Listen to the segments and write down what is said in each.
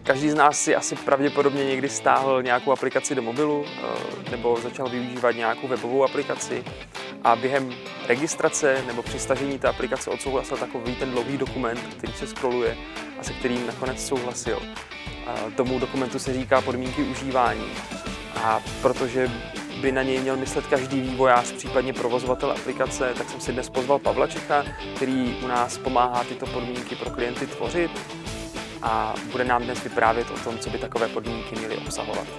Každý z nás si asi pravděpodobně někdy stáhl nějakou aplikaci do mobilu nebo začal využívat nějakou webovou aplikaci a během registrace nebo při stažení té aplikace odsouhlasil takový ten dlouhý dokument, který se scrolluje a se kterým nakonec souhlasil. Tomu dokumentu se říká podmínky užívání a protože by na něj měl myslet každý vývojář, případně provozovatel aplikace, tak jsem si dnes pozval Pavla Čecha, který u nás pomáhá tyto podmínky pro klienty tvořit a bude nám dnes vyprávět o tom, co by takové podmínky měly obsahovat.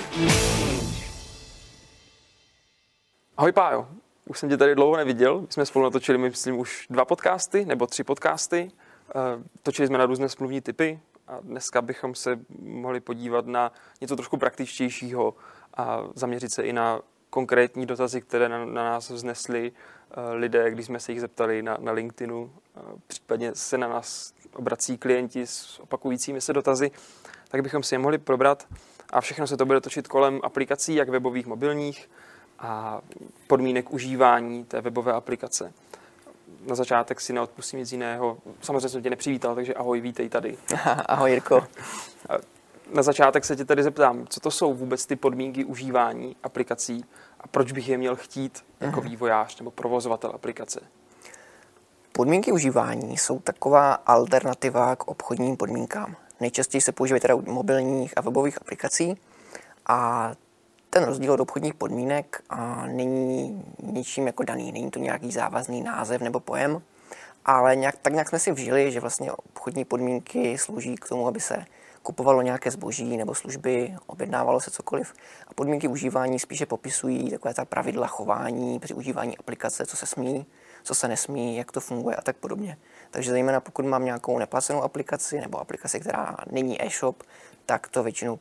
Ahoj Pájo, už jsem tě tady dlouho neviděl, my jsme spolu natočili, myslím, už 2 podcasty nebo 3 podcasty, točili jsme na různé smluvní typy a dneska bychom se mohli podívat na něco trošku praktičtějšího a zaměřit se i na konkrétní dotazy, které na nás vznesli lidé, když jsme se jich zeptali na LinkedInu, případně se na nás obrací klienti s opakujícími se dotazy, tak bychom si je mohli probrat a všechno se to bude točit kolem aplikací, jak webových, mobilních a podmínek užívání té webové aplikace. Na začátek si neodpustím nic jiného. Samozřejmě jsem tě nepřivítal, takže ahoj, vítej tady. Ahoj Jirko. Na začátek se tě tady zeptám, co to jsou vůbec ty podmínky užívání aplikací a proč bych je měl chtít jako vývojář nebo provozovatel aplikace? Podmínky užívání jsou taková alternativa k obchodním podmínkám. Nejčastěji se používají teda u mobilních a webových aplikací a ten rozdíl od obchodních podmínek není ničím jako daný, není to nějaký závazný název nebo pojem, ale nějak jsme si vžili, že vlastně obchodní podmínky slouží k tomu, aby se kupovalo nějaké zboží nebo služby, objednávalo se cokoliv. A podmínky užívání spíše popisují takové ta pravidla chování při užívání aplikace, co se smí, co se nesmí, jak to funguje a tak podobně. Takže zejména pokud mám nějakou neplacenou aplikaci nebo aplikaci, která není e-shop, tak to většinou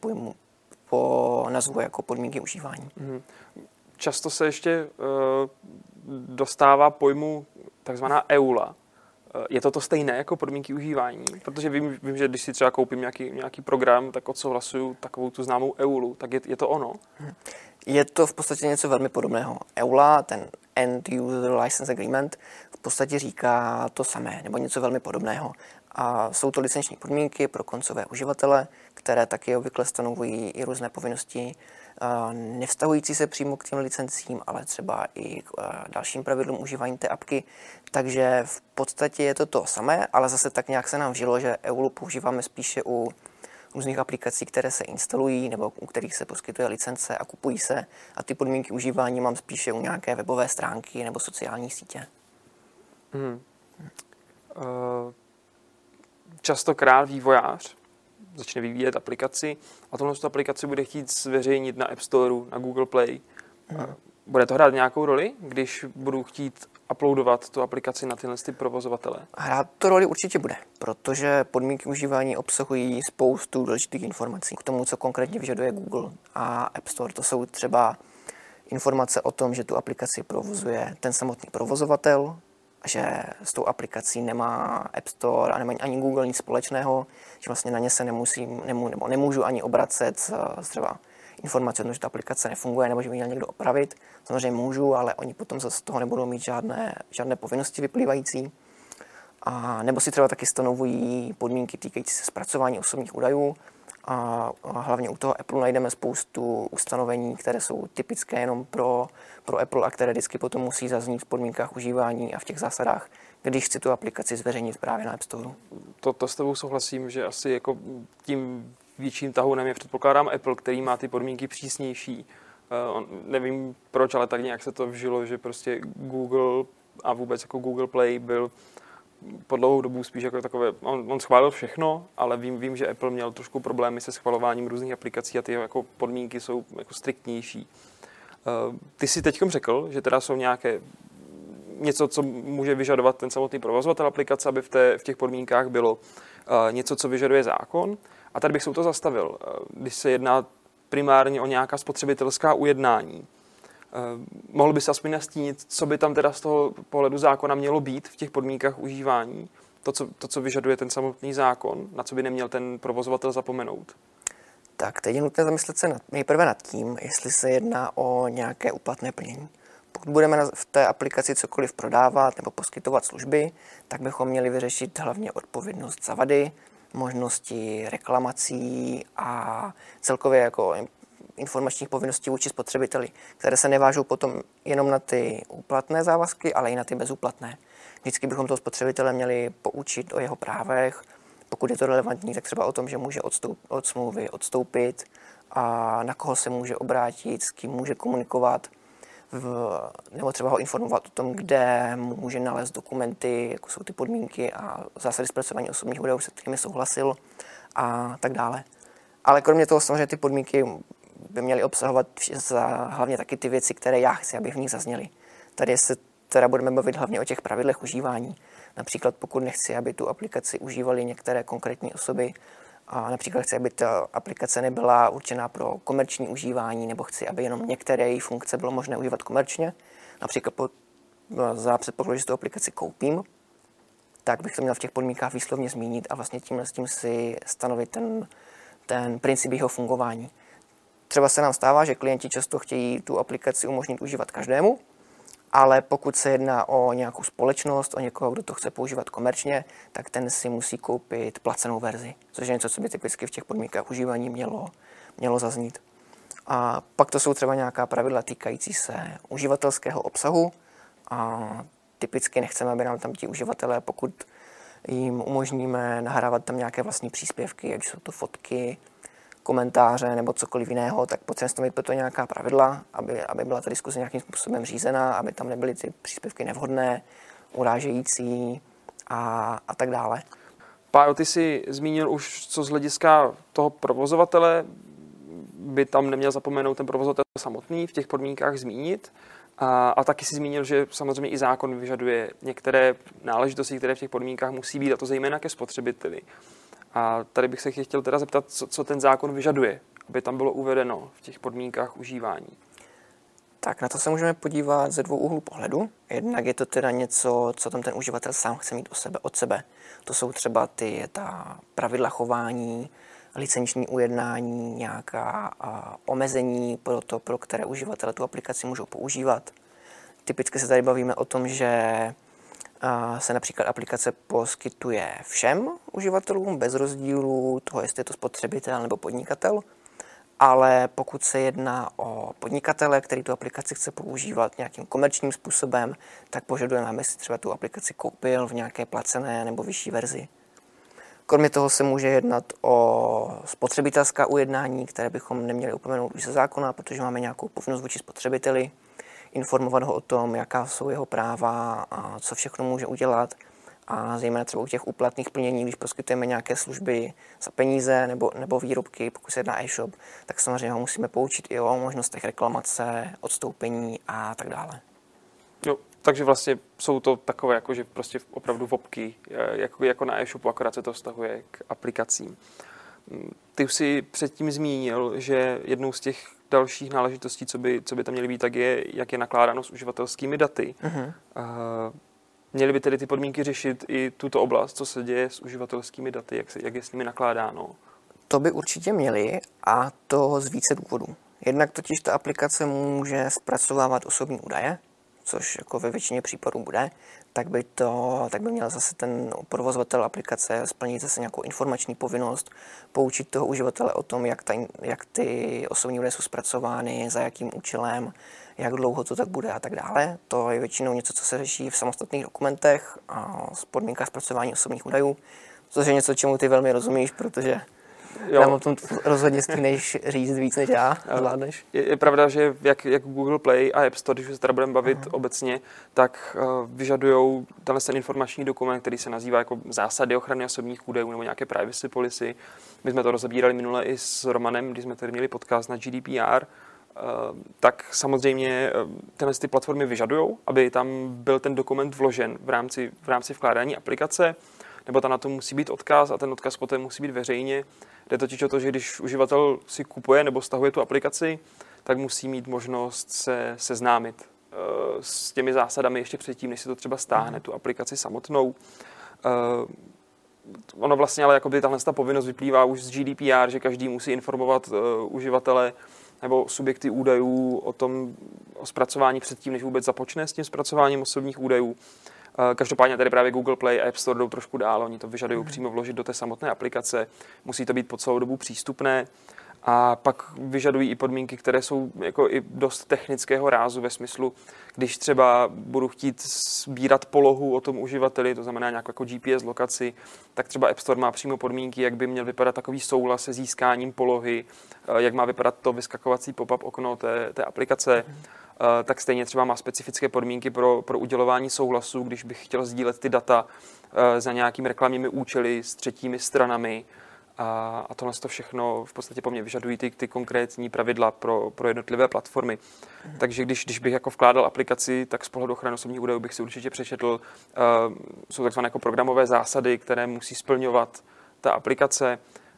nazvu jako podmínky užívání. Často se ještě dostává pojmu takzvaná EULA. Je to stejné jako podmínky užívání? Protože vím, že když si třeba koupím nějaký program, tak odsouhlasuju takovou tu známou EULu, tak je to ono? Je to v podstatě něco velmi podobného. EULA, ten End User License Agreement, v podstatě říká to samé, nebo něco velmi podobného. A jsou to licenční podmínky pro koncové uživatele, které taky obvykle stanovují i různé povinnosti, nevztahující se přímo k těm licencím, ale třeba i k dalším pravidlům užívání té apky. Takže v podstatě je to samé, ale zase tak nějak se nám vžilo, že EULu používáme spíše u různých aplikací, které se instalují nebo u kterých se poskytuje licence a kupují se. A ty podmínky užívání mám spíše u nějaké webové stránky nebo sociální sítě. Častokrát vývojář začne vyvíjet aplikaci a tohle aplikaci bude chtít zveřejnit na App Store, na Google Play. Bude to hrát nějakou roli, když budu chtít uploadovat tu aplikaci na tyhle provozovatele? Hrát to roli určitě bude, protože podmínky užívání obsahují spoustu důležitých informací k tomu, co konkrétně vyžaduje Google a App Store. To jsou třeba informace o tom, že tu aplikaci provozuje ten samotný provozovatel, že s tou aplikací nemá App Store a nemá ani Google nic společného, že vlastně na ně se nemůžu ani obracet třeba informace o tom, že ta aplikace nefunguje nebo že by měl někdo opravit. Samozřejmě můžu, ale oni potom z toho nebudou mít žádné povinnosti vyplývající. A nebo si třeba taky stanovují podmínky týkající se zpracování osobních údajů. A hlavně u toho Apple najdeme spoustu ustanovení, které jsou typické jenom pro Apple a které vždycky potom musí zaznít v podmínkách užívání a v těch zásadách, když chci tu aplikaci zveřejnit právě na App Store. To s tebou souhlasím, že asi jako tím větším tahunem je předpokládám Apple, který má ty podmínky přísnější. Nevím proč, ale tak nějak se to vžilo, že prostě Google a vůbec jako Google Play byl po dlouhou dobu spíš jako takové, on schválil všechno, ale vím, že Apple měl trošku problémy se schvalováním různých aplikací a ty jako podmínky jsou jako striktnější. Ty si teďkom řekl, že teda jsou něco, co může vyžadovat ten samotný provozovatel aplikace, aby v těch podmínkách bylo něco, co vyžaduje zákon. A tady bych se u toho zastavil, když se jedná primárně o nějaká spotřebitelská ujednání. Mohl by se aspoň nastínit, co by tam teda z toho pohledu zákona mělo být v těch podmínkách užívání, to, co vyžaduje ten samotný zákon, na co by neměl ten provozovatel zapomenout? Tak teď je nutné zamyslet se nejprve nad tím, jestli se jedná o nějaké úplatné plnění. Pokud budeme v té aplikaci cokoliv prodávat nebo poskytovat služby, tak bychom měli vyřešit hlavně odpovědnost za vady, možnosti reklamací a celkově jako informačních povinností vůči spotřebiteli, které se nevážou potom jenom na ty úplatné závazky, ale i na ty bezúplatné. Vždycky bychom toho spotřebitele měli poučit o jeho právech, pokud je to relevantní, tak třeba o tom, že může od smlouvy odstoupit a na koho se může obrátit, s kým může komunikovat, nebo třeba ho informovat o tom, kde může nalézt dokumenty, jako jsou ty podmínky a zásady zpracování osobních údajů, se kterými souhlasil a tak dále. Ale kromě toho samozřejmě ty podmínky by měly obsahovat hlavně taky ty věci, které já chci, aby v nich zazněly. Tady se teda budeme bavit hlavně o těch pravidlech užívání. Například pokud nechci, aby tu aplikaci užívaly některé konkrétní osoby, a například chci, aby ta aplikace nebyla určená pro komerční užívání, nebo chci, aby jenom některé její funkce bylo možné užívat komerčně. Například za předpokladu, že tu aplikaci koupím, tak bych to měl v těch podmínkách výslovně zmínit a vlastně tímhle s tím si stanovit ten princip jeho fungování. Třeba se nám stává, že klienti často chtějí tu aplikaci umožnit užívat každému, ale pokud se jedná o nějakou společnost, o někoho, kdo to chce používat komerčně, tak ten si musí koupit placenou verzi, což je něco, co by typicky v těch podmínkách užívání mělo zaznít. A pak to jsou třeba nějaká pravidla týkající se uživatelského obsahu a typicky nechceme, aby nám tam ti uživatelé, pokud jim umožníme nahrávat tam nějaké vlastní příspěvky, ať jsou to fotky, komentáře nebo cokoliv jiného, tak potřebujeme stanovit pro to nějaká pravidla, aby byla ta diskuse nějakým způsobem řízená, aby tam nebyly ty příspěvky nevhodné, urážející a tak dále. Pájo, ty jsi zmínil už, co z hlediska toho provozovatele by tam neměl zapomenout ten provozovatel samotný v těch podmínkách zmínit. A taky si zmínil, že samozřejmě i zákon vyžaduje některé náležitosti, které v těch podmínkách musí být, a to zejména ke spotřebiteli. A tady bych se chtěl teda zeptat, co ten zákon vyžaduje, aby tam bylo uvedeno v těch podmínkách užívání. Tak na to se můžeme podívat ze dvou úhlů pohledu. Jednak je to teda něco, co tam ten uživatel sám chce mít od sebe. To jsou třeba ta pravidla chování, licenční ujednání, nějaká omezení pro které uživatele tu aplikaci můžou používat. Typicky se tady bavíme o tom, že se například aplikace poskytuje všem uživatelům bez rozdílu toho, jestli je to spotřebitel nebo podnikatel. Ale pokud se jedná o podnikatele, který tu aplikaci chce používat nějakým komerčním způsobem, tak požadujeme, aby si třeba tu aplikaci koupil v nějaké placené nebo vyšší verzi. Kromě toho se může jednat o spotřebitelská ujednání, které bychom neměli upomenout už ze zákona, protože máme nějakou povinnost vůči spotřebiteli, informovat ho o tom, jaká jsou jeho práva a co všechno může udělat. A zejména třeba u těch úplatných plnění, když poskytujeme nějaké služby za peníze nebo výrobky, pokud se jedná e-shop, tak samozřejmě ho musíme poučit i o možnostech reklamace, odstoupení a tak dále. Jo, takže vlastně jsou to takové, jako že prostě opravdu vopky, jako na e-shopu, akorát se to vztahuje k aplikacím. Ty už si předtím zmínil, že jednou z těch dalších náležitostí, co by tam měly být, tak je, jak je nakládáno s uživatelskými daty. Uh-huh. Měly by tedy ty podmínky řešit i tuto oblast, co se děje s uživatelskými daty, jak je s nimi nakládáno? To by určitě měly, a to z více důvodů. Jednak totiž ta aplikace může zpracovávat osobní údaje, což jako ve většině případů bude, tak by měl zase ten provozovatel aplikace splnit zase nějakou informační povinnost, poučit toho uživatele o tom, jak ty osobní údaje jsou zpracovány, za jakým účelem, jak dlouho to tak bude a tak dále. To je většinou něco, co se řeší v samostatných dokumentech a z podmínkách zpracování osobních údajů, což je něco, čemu ty velmi rozumíš, protože nám o tom rozhodně stíneš říct víc než já, zvládneš. Je pravda, že jak Google Play a App Store, když se teda budeme bavit obecně, tak vyžadujou ten informační dokument, který se nazývá jako zásady ochrany osobních údajů nebo nějaké privacy policy. My jsme to rozebírali minule i s Romanem, když jsme tady měli podcast na GDPR. Tak samozřejmě ty platformy vyžadujou, aby tam byl ten dokument vložen v rámci vkládání aplikace, nebo tam na to musí být odkaz a ten odkaz poté musí být veřejně. Jde totiž o to, že když uživatel si kupuje nebo stahuje tu aplikaci, tak musí mít možnost se seznámit s těmi zásadami ještě předtím, než si to třeba stáhne, tu aplikaci samotnou. Ono vlastně ale jakoby tahle povinnost vyplývá už z GDPR, že každý musí informovat uživatele nebo subjekty údajů o zpracování předtím, než vůbec započne s tím zpracováním osobních údajů. Každopádně tady právě Google Play a App Store jdou trošku dál, oni to vyžadují přímo vložit do té samotné aplikace, musí to být po celou dobu přístupné. A pak vyžadují i podmínky, které jsou jako i dost technického rázu ve smyslu, když třeba budu chtít sbírat polohu o tom uživateli, to znamená nějakou jako GPS lokaci, tak třeba App Store má přímo podmínky, jak by měl vypadat takový souhlas se získáním polohy, jak má vypadat to vyskakovací pop-up okno té aplikace. Tak stejně třeba má specifické podmínky pro udělování souhlasu, když bych chtěl sdílet ty data za nějakými reklamními účely s třetími stranami. A tohle to všechno v podstatě po mně vyžadují ty konkrétní pravidla pro jednotlivé platformy. Takže když bych jako vkládal aplikaci, tak z pohledu ochrany osobních údajů bych si určitě přečetl, jsou takzvané jako programové zásady, které musí splňovat ta aplikace.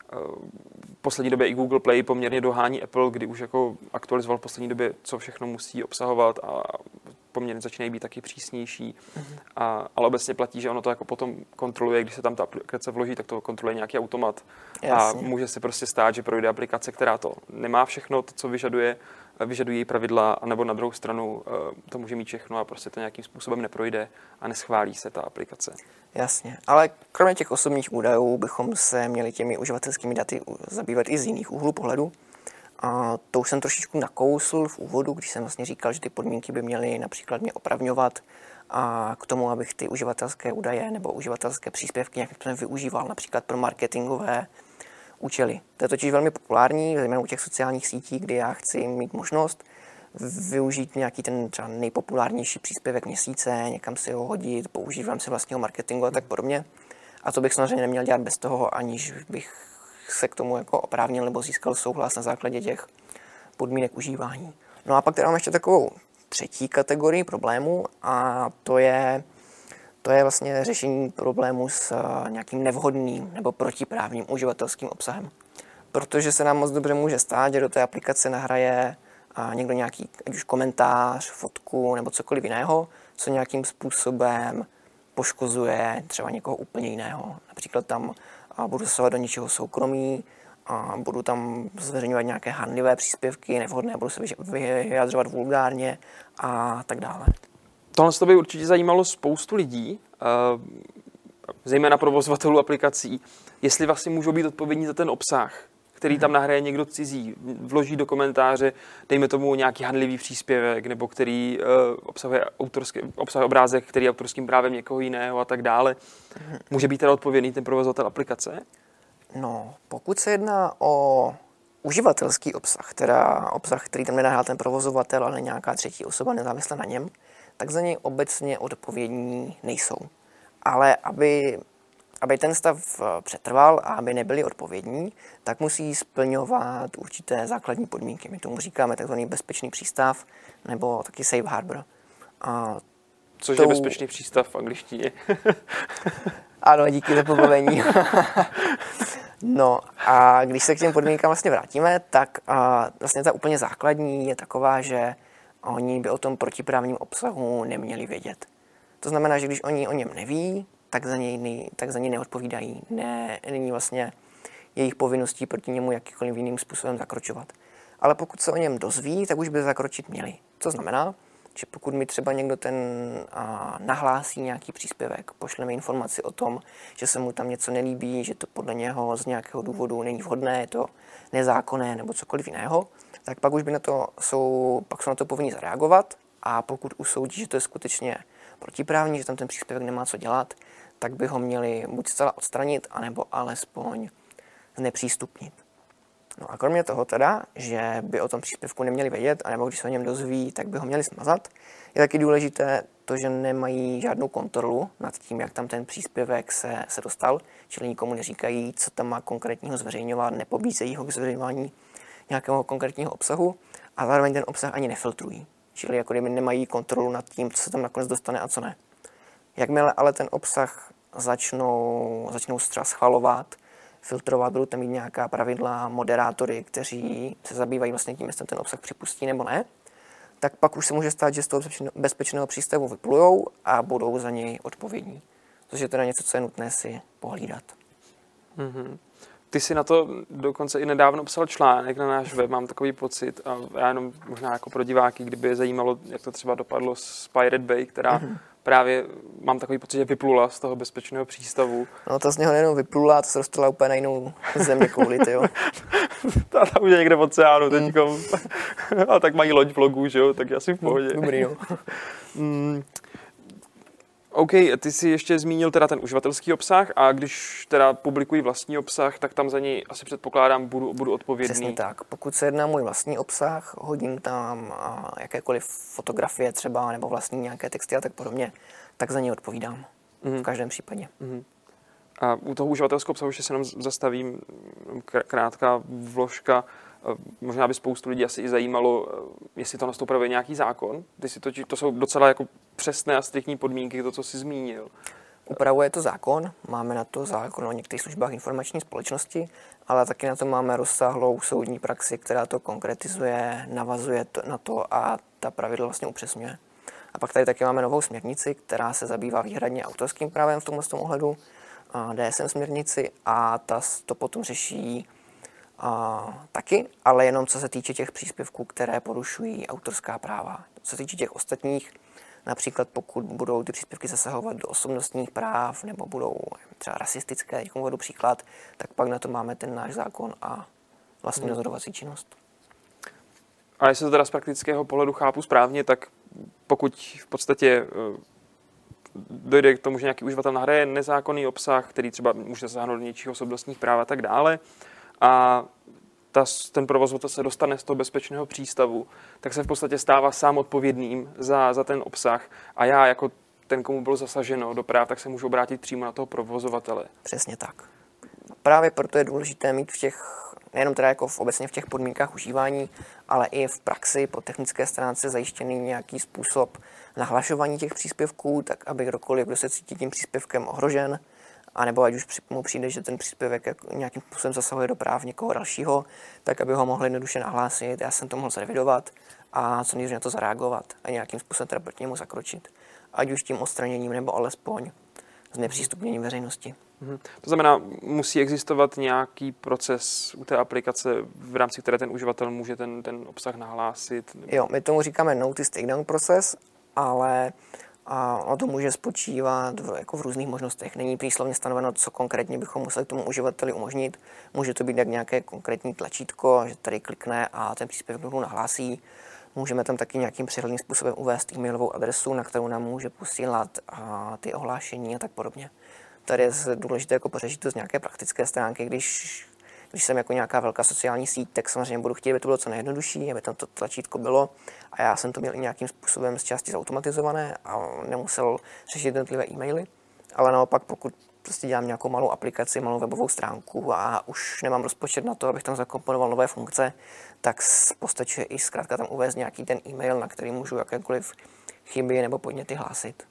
V poslední době i Google Play poměrně dohání Apple, kdy už jako aktualizoval v poslední době, co všechno musí obsahovat a poměrně začínají být taky přísnější. Ale obecně platí, že ono to jako potom kontroluje, když se tam ta aplikace vloží, tak to kontroluje nějaký automat. Jasně. A může se prostě stát, že projde aplikace, která to nemá všechno, to, co vyžadují její pravidla, anebo na druhou stranu to může mít všechno a prostě to nějakým způsobem neprojde a neschválí se ta aplikace. Jasně, ale kromě těch osobních údajů bychom se měli těmi uživatelskými daty zabývat i z jiných úhlů pohledu. A to už jsem trošičku nakousl v úvodu, když jsem vlastně říkal, že ty podmínky by měly například mě opravňovat a k tomu, abych ty uživatelské údaje nebo uživatelské příspěvky nějakým způsobem využíval, například pro marketingové účely. To je totiž velmi populární, zejména u těch sociálních sítí, kdy já chci mít možnost využít nějaký ten třeba nejpopulárnější příspěvek měsíce, někam si ho hodit, použít v rámci vlastního marketingu a tak podobně. A to bych samozřejmě neměl dělat bez toho, aniž bych se k tomu jako oprávnil nebo získal souhlas na základě těch podmínek užívání. No a pak tady mám ještě takovou třetí kategorii problémů a to je vlastně řešení problému s nějakým nevhodným nebo protiprávním uživatelským obsahem. Protože se nám moc dobře může stát, že do té aplikace nahraje někdo nějaký, ať už komentář, fotku nebo cokoliv jiného, co nějakým způsobem poškozuje třeba někoho úplně jiného. Například tam budu zasahovat do něčeho soukromí, a budu tam zveřejňovat nějaké hanlivé příspěvky, nevhodné, budu se vyjadřovat vulgárně a tak dále. Tohle by určitě zajímalo spoustu lidí, zejména provozovatelů aplikací, jestli vlastně můžou být odpovědní za ten obsah, který tam nahraje někdo cizí, vloží do komentáře, dejme tomu nějaký hanlivý příspěvek, nebo který obsahuje obrázek, který je autorským právem někoho jiného a tak dále. Může být teda odpovědný ten provozovatel aplikace? No, pokud se jedná o uživatelský obsah, teda obsah, který tam nenahrál ten provozovatel, ale nějaká třetí osoba nezávisle na něm, tak za něj obecně odpovědní nejsou. Ale aby ten stav přetrval a aby nebyli odpovědní, tak musí splňovat určité základní podmínky. My tomu říkáme takzvaný bezpečný přístav nebo taky safe harbor. Což je bezpečný přístav v angličtině. Ano, díky za pobavení. No a když se k těm podmínkám vlastně vrátíme, tak vlastně ta úplně základní je taková, že oni by o tom protiprávním obsahu neměli vědět. To znamená, že když oni o něm neví, tak za něj neodpovídají. Není vlastně jejich povinností proti němu jakýkoliv jiným způsobem zakročovat. Ale pokud se o něm dozví, tak už by zakročit měli. To znamená, že pokud mi třeba někdo nahlásí nějaký příspěvek, pošle mi informaci o tom, že se mu tam něco nelíbí, že to podle něho z nějakého důvodu není vhodné, je to nezákonné nebo cokoliv jiného, tak pak už jsou na to povinni zareagovat a pokud usoudí, že to je skutečně protiprávní, že tam ten příspěvek nemá co dělat, tak by ho měli buď zcela odstranit, anebo alespoň znepřístupnit. No a kromě toho teda, že by o tom příspěvku neměli vědět, anebo když se o něm dozví, tak by ho měli smazat, je taky důležité to, že nemají žádnou kontrolu nad tím, jak tam ten příspěvek se dostal, čili nikomu neříkají, co tam má konkrétního zveřejňovat, nepobízejí ho k zveřejňování nějakého konkrétního obsahu a zároveň ten obsah ani nefiltrují, čili jako kdyby nemají kontrolu nad tím, co se tam nakonec dostane a co ne. Jakmile ale ten obsah začnou třeba schvalovat, filtrovat, budou tam mít nějaká pravidla, moderátory, kteří se zabývají vlastně tím, jestli ten obsah připustí nebo ne, tak pak už se může stát, že z toho bezpečného přístavu vyplujou a budou za něj odpovědní. Což je teda něco, co je nutné si pohlídat. Mm-hmm. Ty jsi na to dokonce i nedávno psal článek na náš web, mám takový pocit, a já jenom možná jako pro diváky, kdyby je zajímalo, jak to třeba dopadlo s Pirate Bay, která právě mám takový pocit, že vyplula z toho bezpečného přístavu. No to z něho nejenom vyplula, to se dostala úplně na jinou země kouli, jo. Ta už je někde v oceánu teďko. A tak mají loď vlogů, že jo, tak je asi v pohodě. Dobrý, no. OK, ty jsi ještě zmínil teda ten uživatelský obsah a když teda publikují vlastní obsah, tak tam za něj asi předpokládám budu odpovědný. Přesně tak. Pokud se jedná můj vlastní obsah, hodím tam jakékoliv fotografie třeba nebo vlastní nějaké texty a tak podobně, tak za něj odpovídám. V každém případě. A u toho uživatelského obsahu ještě se jenom zastavím krátká vložka. Možná by spoustu lidí asi i zajímalo, jestli to nastoupil nějaký zákon. To jsou docela jako přesné a striktní podmínky, to, co jsi zmínil. Upravuje to zákon, máme na to zákon o některých službách informační společnosti, ale taky na to máme rozsáhlou soudní praxi, která to konkretizuje, navazuje na to a ta pravidla vlastně upřesňuje. A pak tady taky máme novou směrnici, která se zabývá výhradně autorským právem v tomhle ohledu, DSM směrnici, a ta to potom řeší taky, ale jenom co se týče těch příspěvků, které porušují autorská práva. Co se týče těch ostatních, například pokud budou ty příspěvky zasahovat do osobnostních práv nebo budou třeba rasistické, jak uvedu příklad, tak pak na to máme ten náš zákon a vlastní rozhodovací činnost. A jestli to teda z praktického pohledu chápu správně, tak pokud v podstatě dojde k tomu, že nějaký uživatel nahraje nezákonný obsah, který třeba může zasáhnout do něčího osobnostních práv a tak dále, a ten provozovatel se dostane z toho bezpečného přístavu, tak se v podstatě stává sám odpovědným za ten obsah a já jako ten, komu bylo zasaženo do práv, tak se můžu obrátit přímo na toho provozovatele. Přesně tak. Právě proto je důležité mít nejenom teda jako obecně v těch podmínkách užívání, ale i v praxi po technické stránce zajištěný nějaký způsob nahlašování těch příspěvků, tak aby kdokoliv, kdo se cítí tím příspěvkem ohrožen, anebo ať už mu přijde, že ten příspěvek nějakým způsobem zasahuje do práv někoho dalšího, tak aby ho mohli jednoduše nahlásit, já jsem to mohl zrevidovat a co nejdřív na to zareagovat a nějakým způsobem teda proti němu zakročit. Ať už tím odstraněním, nebo alespoň znepřístupněním veřejnosti. To znamená, musí existovat nějaký proces u té aplikace, v rámci které ten uživatel může ten obsah nahlásit? Nebo... Jo, my tomu říkáme notice takedown proces, ale ono to může spočívat v různých možnostech. Není výslovně stanoveno, co konkrétně bychom museli tomu uživateli umožnit. Může to být jak nějaké konkrétní tlačítko, že tady klikne a ten příspěvek mu nahlásí. Můžeme tam taky nějakým přehledným způsobem uvést e-mailovou adresu, na kterou nám může posílat ty ohlášení a tak podobně. Tady je důležité jako pořešit to z nějaké praktické stránky. Když jsem jako nějaká velká sociální síť, tak samozřejmě budu chtít, aby to bylo co nejjednodušší, aby tam to tlačítko bylo. A já jsem to měl i nějakým způsobem z části zautomatizované a nemusel řešit jednotlivé e-maily. Ale naopak, pokud prostě dělám nějakou malou aplikaci, malou webovou stránku a už nemám rozpočet na to, abych tam zakomponoval nové funkce, tak postačuje i zkrátka tam uvést nějaký ten e-mail, na který můžu jakékoliv chyby nebo podněty hlásit.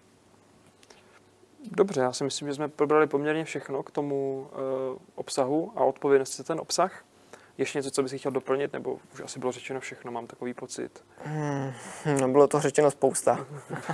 Dobře, já si myslím, že jsme probrali poměrně všechno k tomu obsahu a odpovědnosti za ten obsah. Ještě něco, co bys chtěl doplnit, nebo už asi bylo řečeno všechno, mám takový pocit? No, bylo to řečeno spousta.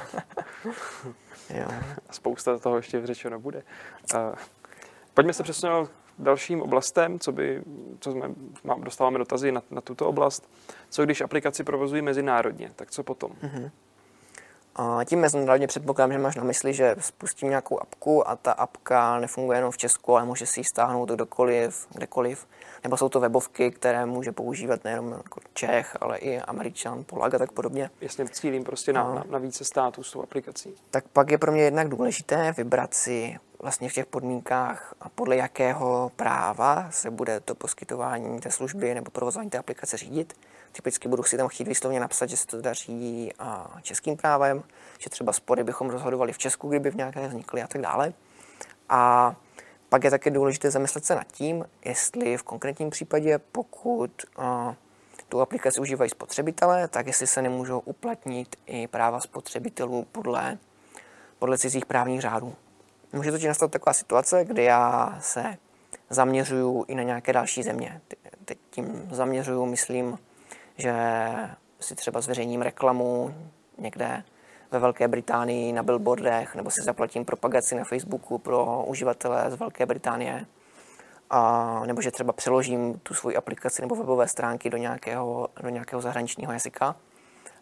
Jo. Spousta toho ještě řečeno bude. Pojďme se přesunout k dalším oblastem, dostáváme dotazy na tuto oblast. Co když aplikaci provozují mezinárodně, tak co potom? A tím mezinárodně předpokládám, že máš na mysli, že spustím nějakou apku a ta apka nefunguje jenom v Česku, ale může si ji stáhnout kdekoliv. Nebo jsou to webovky, které může používat nejenom jako Čech, ale i Američan, Polák a tak podobně. Jasně, cílím prostě na více států s tou aplikací. Tak pak je pro mě jednak důležité vybrat si vlastně v těch podmínkách, podle jakého práva se bude to poskytování té služby nebo provozování té aplikace řídit. Typicky budu si tam chtít výslovně napsat, že se to daří českým právem, že třeba spory bychom rozhodovali v Česku, kdyby v nějaké vznikly a tak dále. A pak je také důležité zamyslet se nad tím, jestli v konkrétním případě, pokud tu aplikaci užívají spotřebitelé, tak jestli se nemůžou uplatnit i práva spotřebitelů podle cizích právních řádů. Může totiž nastat taková situace, kdy já se zaměřuju i na nějaké další země. Teď tím zaměřuju, myslím, že si třeba zveřejním reklamu někde ve Velké Británii na billboardech, nebo si zaplatím propagaci na Facebooku pro uživatele z Velké Británie, nebo že třeba přeložím tu svoji aplikaci nebo webové stránky do nějakého zahraničního jazyka.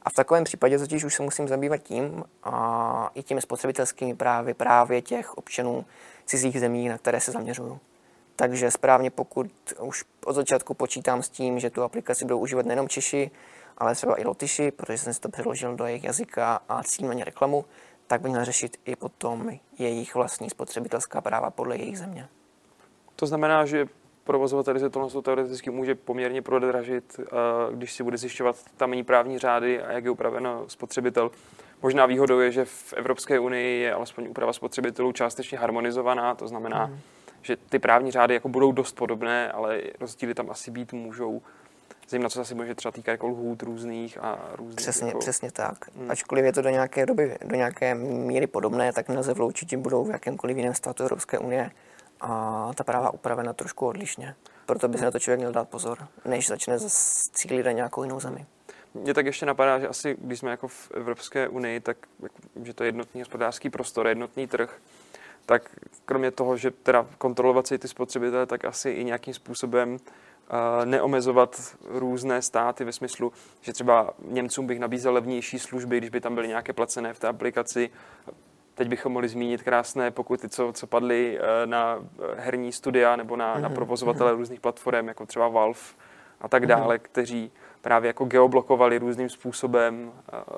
A v takovém případě totiž už se musím zabývat tím a i těmi spotřebitelskými právy právě těch občanů cizích zemí, na které se zaměřuju. Takže správně, pokud už od začátku počítám s tím, že tu aplikaci budou užívat nejenom Češi, ale třeba i Lotyši, protože jsem si to přeložil do jejich jazyka a cílím na ně reklamu, tak bych měl řešit i potom jejich vlastní spotřebitelská práva podle jejich země. To znamená, že provozovatel se tohle teoreticky může poměrně prodražit, když si bude zjišťovat tamní právní řády a jak je upraveno spotřebitel. Možná výhodou je, že v Evropské unii je alespoň úprava spotřebitelů částečně harmonizovaná, to znamená, že ty právní řády jako budou dost podobné, ale rozdíly tam asi být můžou. Zejména co se asi může třeba týkat jako lhůt různých a různých. Přesně tak. Ačkoliv je to do nějaké doby, do nějaké míry podobné, tak nelze vyloučit, že budou v jakémkoliv jiném státu Evropské unie a ta práva upravena trošku odlišně. Proto by se na to člověk měl dát pozor, než začne cílit na nějakou jinou zemi. Mně tak ještě napadá, že asi, když jsme jako v Evropské unii, tak že to je jednotný hospodářský prostor, jednotný trh, tak kromě toho, že teda kontrolovat si ty spotřebitele, tak asi i nějakým způsobem neomezovat různé státy ve smyslu, že třeba Němcům bych nabízel levnější služby, když by tam byly nějaké placené v té aplikaci. Teď bychom mohli zmínit krásné pokuty, co padly na herní studia nebo na provozovatele různých platform, jako třeba Valve a tak dále, kteří právě jako geoblokovali různým způsobem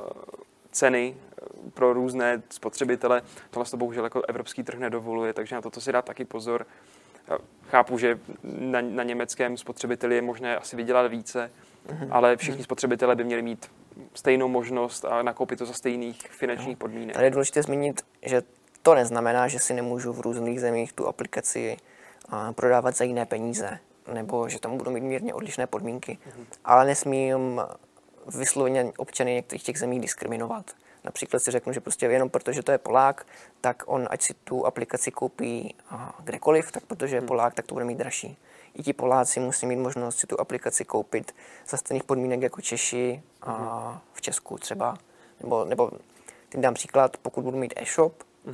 ceny pro různé spotřebitele. Tohle to bohužel jako evropský trh nedovoluje, takže na toto si dát taky pozor. Chápu, že na německém spotřebiteli je možné asi vydělat více, ale všichni spotřebitelé by měli mít stejnou možnost a nakoupit to za stejných finančních podmínek. Tady je důležité zmínit, že to neznamená, že si nemůžu v různých zemích tu aplikaci prodávat za jiné peníze, nebo že tam budu mít mírně odlišné podmínky, ale nesmím vysloveně občany některých těch zemí diskriminovat. Například si řeknu, že prostě jenom protože to je Polák, tak on ať si tu aplikaci koupí kdekoliv, tak protože je Polák, tak to bude mít dražší. I ti Poláci musí mít možnost si tu aplikaci koupit za stejných podmínek jako Češi v Česku třeba. Nebo teď dám příklad, pokud budu mít e-shop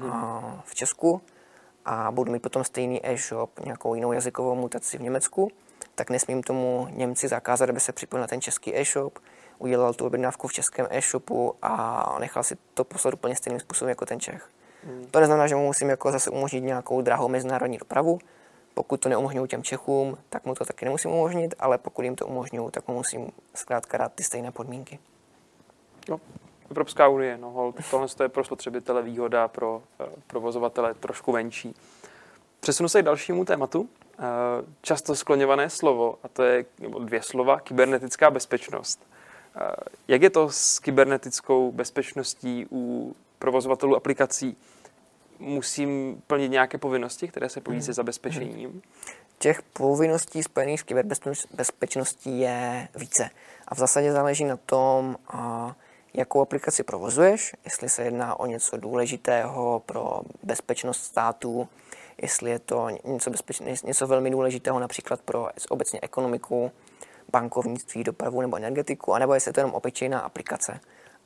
v Česku a budu mít potom stejný e-shop, nějakou jinou jazykovou mutaci v Německu, tak nesmím tomu Němci zakázat, aby se připojil na ten český e-shop, udělal tu objednávku v českém e-shopu a nechal si to poslat úplně stejným způsobem jako ten Čech. To neznamená, že mu musím jako zase umožnit nějakou drahou mezinárodní dopravu. Pokud to neumožňuji těm Čechům, tak mu to taky nemusím umožnit, ale pokud jim to umožňuji, tak mu musím zkrátka dát ty stejné podmínky. No, Evropská unie, tohle je pro spotřebitele výhoda, pro provozovatele trošku menší. Přesunu se k dalšímu tématu. Často skloňované slovo, a to je dvě slova, kybernetická bezpečnost. Jak je to s kybernetickou bezpečností u provozovatelů aplikací? Musím plnit nějaké povinnosti, které se pojí se zabezpečením? Těch povinností spojených s kyberbezpečností je více. A v zásadě záleží na tom, jakou aplikaci provozuješ, jestli se jedná o něco důležitého pro bezpečnost států, jestli je to něco velmi důležitého například pro obecně ekonomiku, bankovnictví, dopravu nebo energetiku, anebo jestli je to jenom obyčejná aplikace.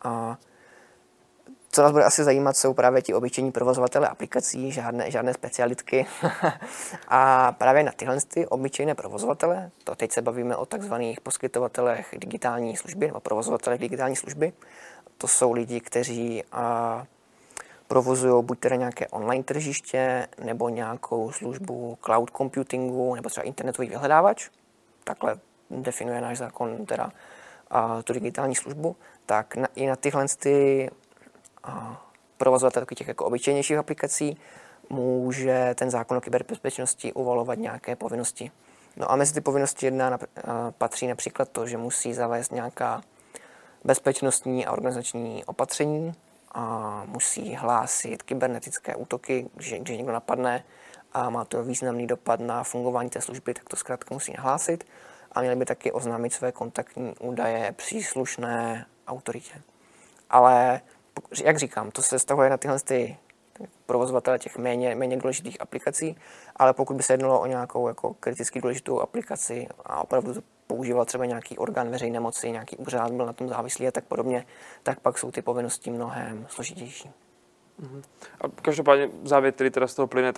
Co nás bude asi zajímat, jsou právě ti obyčejní provozovatelé aplikací, žádné specialitky. A právě na tyhle obyčejné provozovatele, to teď se bavíme o takzvaných poskytovatelech digitální služby nebo provozovatelech digitální služby. To jsou lidi, kteří provozují buď teda nějaké online tržiště, nebo nějakou službu cloud computingu, nebo třeba internetový vyhledávač. Takhle definuje náš zákon teda tu digitální službu. Tak i na tyhle provozovatel těch jako obyčejnějších aplikací může ten zákon o kyberbezpečnosti uvalovat nějaké povinnosti. No a mezi ty povinnosti patří například to, že musí zavést nějaká bezpečnostní a organizační opatření a musí hlásit kybernetické útoky, když někdo napadne a má to významný dopad na fungování té služby, tak to zkrátka musí nahlásit a měli by taky oznámit své kontaktní údaje příslušné autoritě. Ale jak říkám, to se vztahuje na tyhle provozovatele těch méně důležitých aplikací, ale pokud by se jednalo o nějakou jako kriticky důležitou aplikaci a opravdu to používal třeba nějaký orgán veřejné moci, nějaký úřad byl na tom závislý a tak podobně, tak pak jsou ty povinnosti mnohem složitější. A každopádně závěr, který teda z toho plyne, tak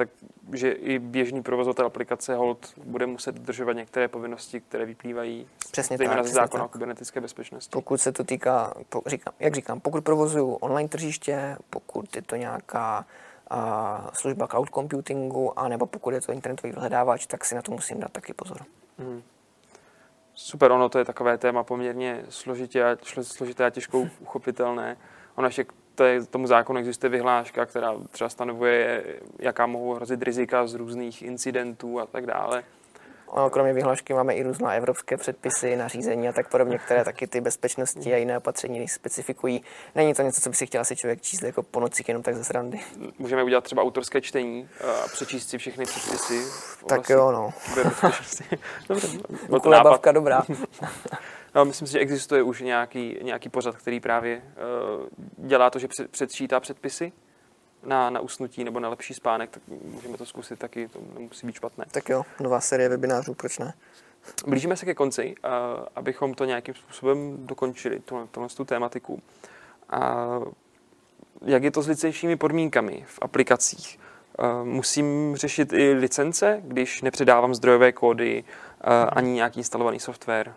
že i běžný provozovatel aplikace hold bude muset dodržovat některé povinnosti, které vyplývají zejména ze zákona o kybernetické bezpečnosti. Pokud se to týká, jak říkám, pokud provozuju online tržiště, pokud je to nějaká služba cloud computingu, anebo pokud je to internetový vyhledávač, tak si na to musím dát taky pozor. Super, ono to je takové téma poměrně složité a těžko uchopitelné. Ono ještě tomu zákonu existuje vyhláška, která třeba stanovuje, jaká mohou hrozit rizika z různých incidentů a tak dále. Kromě vyhlášky máme i různá evropské předpisy, nařízení a tak podobně, které taky ty bezpečnosti a jiné opatření specifikují. Není to něco, co by si chtěl asi člověk číst jako po nocích jenom tak ze srandy. Můžeme udělat třeba autorské čtení a přečíst si všechny předpisy. Tak jo, no. Dobře, bavka dobrá. No, myslím si, že existuje už nějaký pořad, který právě dělá to, že předčítá předpisy na usnutí nebo na lepší spánek, tak můžeme to zkusit taky, to nemusí být špatné. Tak jo, nová série webinářů, proč ne? Blížíme se ke konci, abychom to nějakým způsobem dokončili, tu tématiku. Jak je to s licenčními podmínkami v aplikacích? Musím řešit i licence, když nepředávám zdrojové kódy ani nějaký instalovaný software?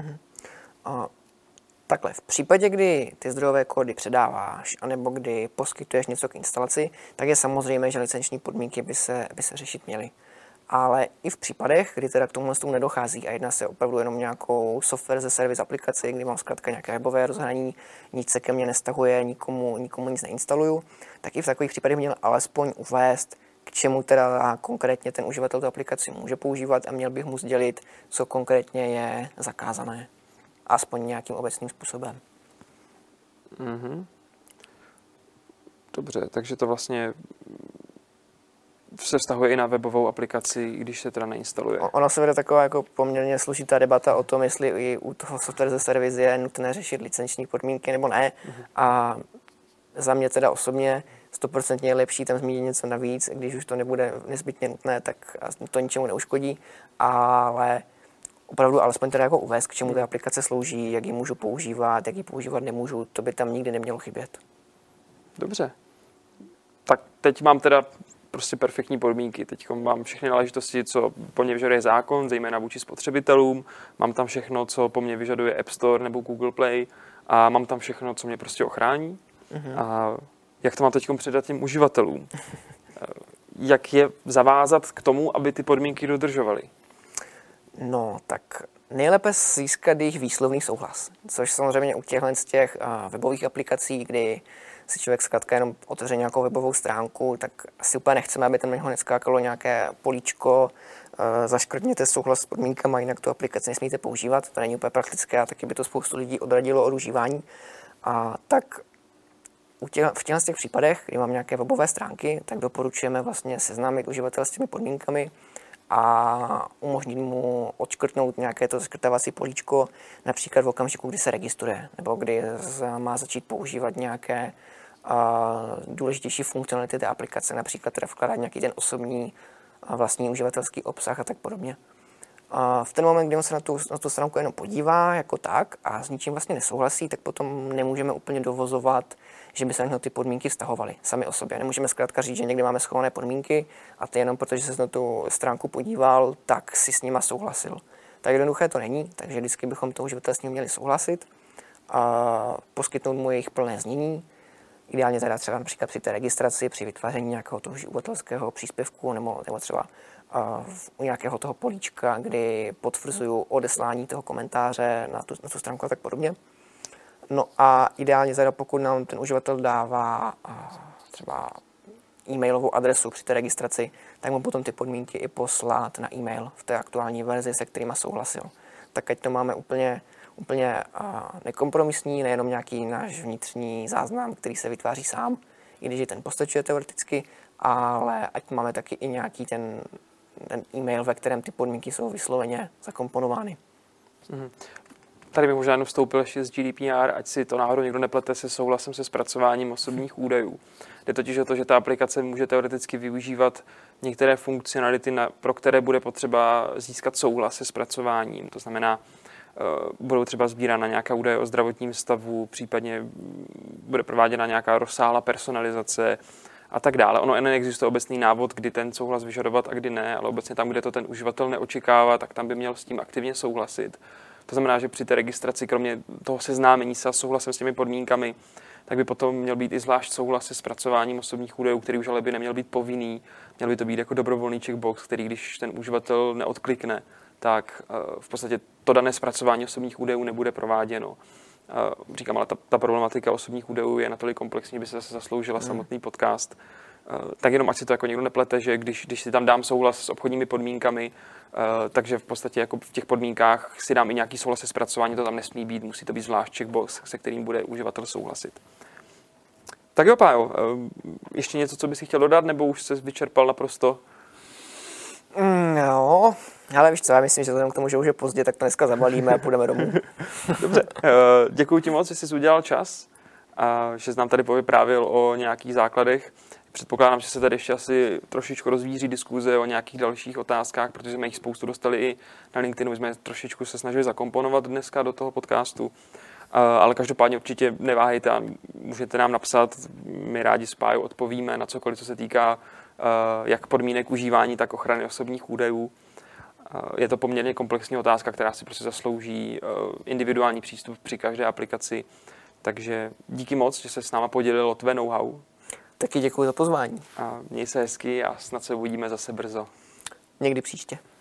Takhle, v případě, kdy ty zdrojové kódy předáváš, anebo kdy poskytuješ něco k instalaci, tak je samozřejmé, že licenční podmínky by se řešit měly. Ale i v případech, kdy teda k tomu nedochází a jedná se opravdu jenom nějakou software ze service aplikaci, kdy mám zkrátka nějaké webové rozhraní, nic se ke mně nestahuje, nikomu nic neinstaluju, tak i v takových případech měl alespoň uvést, k čemu teda konkrétně ten uživatel tu aplikaci může používat a měl bych mu sdělit, co konkrétně je zakázané. Aspoň nějakým obecným způsobem. Dobře, takže to vlastně se vztahuje i na webovou aplikaci, když se teda neinstaluje. Ono se vede taková jako poměrně složitá debata o tom, jestli i u toho software ze service je nutné řešit licenční podmínky nebo ne. A za mě teda osobně 100% je lepší tam zmínit něco navíc, když už to nebude nezbytně nutné, tak to ničemu neuškodí, ale opravdu alespoň teda jako uvést, k čemu ta aplikace slouží, jak ji můžu používat, jak ji používat nemůžu, to by tam nikdy nemělo chybět. Dobře. Tak teď mám teda prostě perfektní podmínky. Teď mám všechny náležitosti, co po mně vyžaduje zákon, zejména vůči spotřebitelům. Mám tam všechno, co po mně vyžaduje App Store nebo Google Play a mám tam všechno, co mě prostě ochrání. A jak to mám teď předat těm uživatelům? Jak je zavázat k tomu, aby ty podmínky dodržovali? No, tak nejlépe získat jejich výslovný souhlas, což samozřejmě u z těch webových aplikací, kdy si člověk zkrátka jenom otevře nějakou webovou stránku, tak asi úplně nechceme, aby tam na něho neskákalo nějaké políčko, zaškrtněte souhlas s podmínkama, jinak tu aplikaci nesmíte používat, to není úplně praktické a taky by to spoustu lidí odradilo od užívání. A tak v těch případech, kdy mám nějaké webové stránky, tak doporučujeme vlastně seznámit uživatele s těmi podmínkami a umožnit mu odškrtnout nějaké to skrtávací políčko, například v okamžiku, kdy se registruje, nebo kdy má začít používat nějaké důležitější funkcionality té aplikace, například teda vkládat nějaký ten osobní vlastní uživatelský obsah a tak podobně. V ten moment, kdy on se na tu stránku jenom podívá jako tak a s ničím vlastně nesouhlasí, tak potom nemůžeme úplně dovozovat, že by se na něho ty podmínky vztahovaly sami o sobě. Nemůžeme zkrátka říct, že někdy máme schované podmínky a ty jenom protože se na tu stránku podíval, tak si s nima souhlasil. Tak jednoduché to není, takže vždycky bychom toho uživatele s ním měli souhlasit a poskytnout mu jejich plné znění. Ideálně teda třeba například při té registraci, při vytváření nějakého toho uživatelského příspěvku nebo třeba u nějakého toho políčka, kdy potvrzuju odeslání toho komentáře na tu stránku a tak podobně. No a ideálně teda pokud nám ten uživatel dává třeba e-mailovou adresu při té registraci, tak mu potom ty podmínky i poslat na e-mail v té aktuální verzi, se kterýma souhlasil. Tak ať to máme úplně nekompromisní, nejenom nějaký náš vnitřní záznam, který se vytváří sám, i když ten postačuje teoreticky, ale ať máme taky i nějaký ten e-mail, ve kterém ty podmínky jsou vysloveně zakomponovány. Tady bych možná jenom vstoupil ještě z GDPR, ať si to náhodou někdo neplete se souhlasem se zpracováním osobních údajů. Jde totiž o to, že ta aplikace může teoreticky využívat některé funkcionality, pro které bude potřeba získat souhlas se zpracováním. To znamená, budou třeba sbírána nějaká údaje o zdravotním stavu, případně bude prováděna nějaká rozsáhlá personalizace, a tak dále. Ono neexistuje obecný návod, kdy ten souhlas vyžadovat a kdy ne, ale obecně tam, kde to ten uživatel neočekává, tak tam by měl s tím aktivně souhlasit. To znamená, že při té registraci, kromě toho seznámení se a souhlasem s těmi podmínkami, tak by potom měl být i zvlášť souhlas se zpracováním osobních údajů, který už ale by neměl být povinný. Měl by to být jako dobrovolný checkbox, který když ten uživatel neodklikne, tak v podstatě to dané zpracování osobních údajů nebude prováděno. Říkám, ale ta problematika osobních údajů je natolik komplexní, by se zase zasloužila samotný podcast. Tak jenom ať si to jako někdo neplete, že když si tam dám souhlas s obchodními podmínkami, takže v podstatě jako v těch podmínkách si dám i nějaký souhlas se zpracování, to tam nesmí být, musí to být zvlášť checkbox, se kterým bude uživatel souhlasit. Tak jo, Pájo, ještě něco, co bys si chtěl dodat, nebo už se vyčerpal naprosto? No, ale víš co, já myslím, že vzhledem k tomu, že už je pozdě, tak to dneska zabalíme a půjdeme domů. Dobře, děkuji ti moc, že jsi udělal čas a že jsi nám tady povyprávil o nějakých základech. Předpokládám, že se tady ještě asi trošičku rozvíří diskuze o nějakých dalších otázkách, protože jsme jich spoustu dostali i na LinkedInu, jsme trošičku se snažili zakomponovat dneska do toho podcastu. Ale každopádně určitě neváhejte a můžete nám napsat, my rádi s Pájou odpovíme na cokoliv, co se týká jak podmínek užívání, tak ochrany osobních údajů. Je to poměrně komplexní otázka, která si prostě zaslouží individuální přístup při každé aplikaci. Takže díky moc, že se s náma podělil o tvé know-how. Taky děkuji za pozvání. A měj se hezky a snad se uvidíme zase brzo. Někdy příště.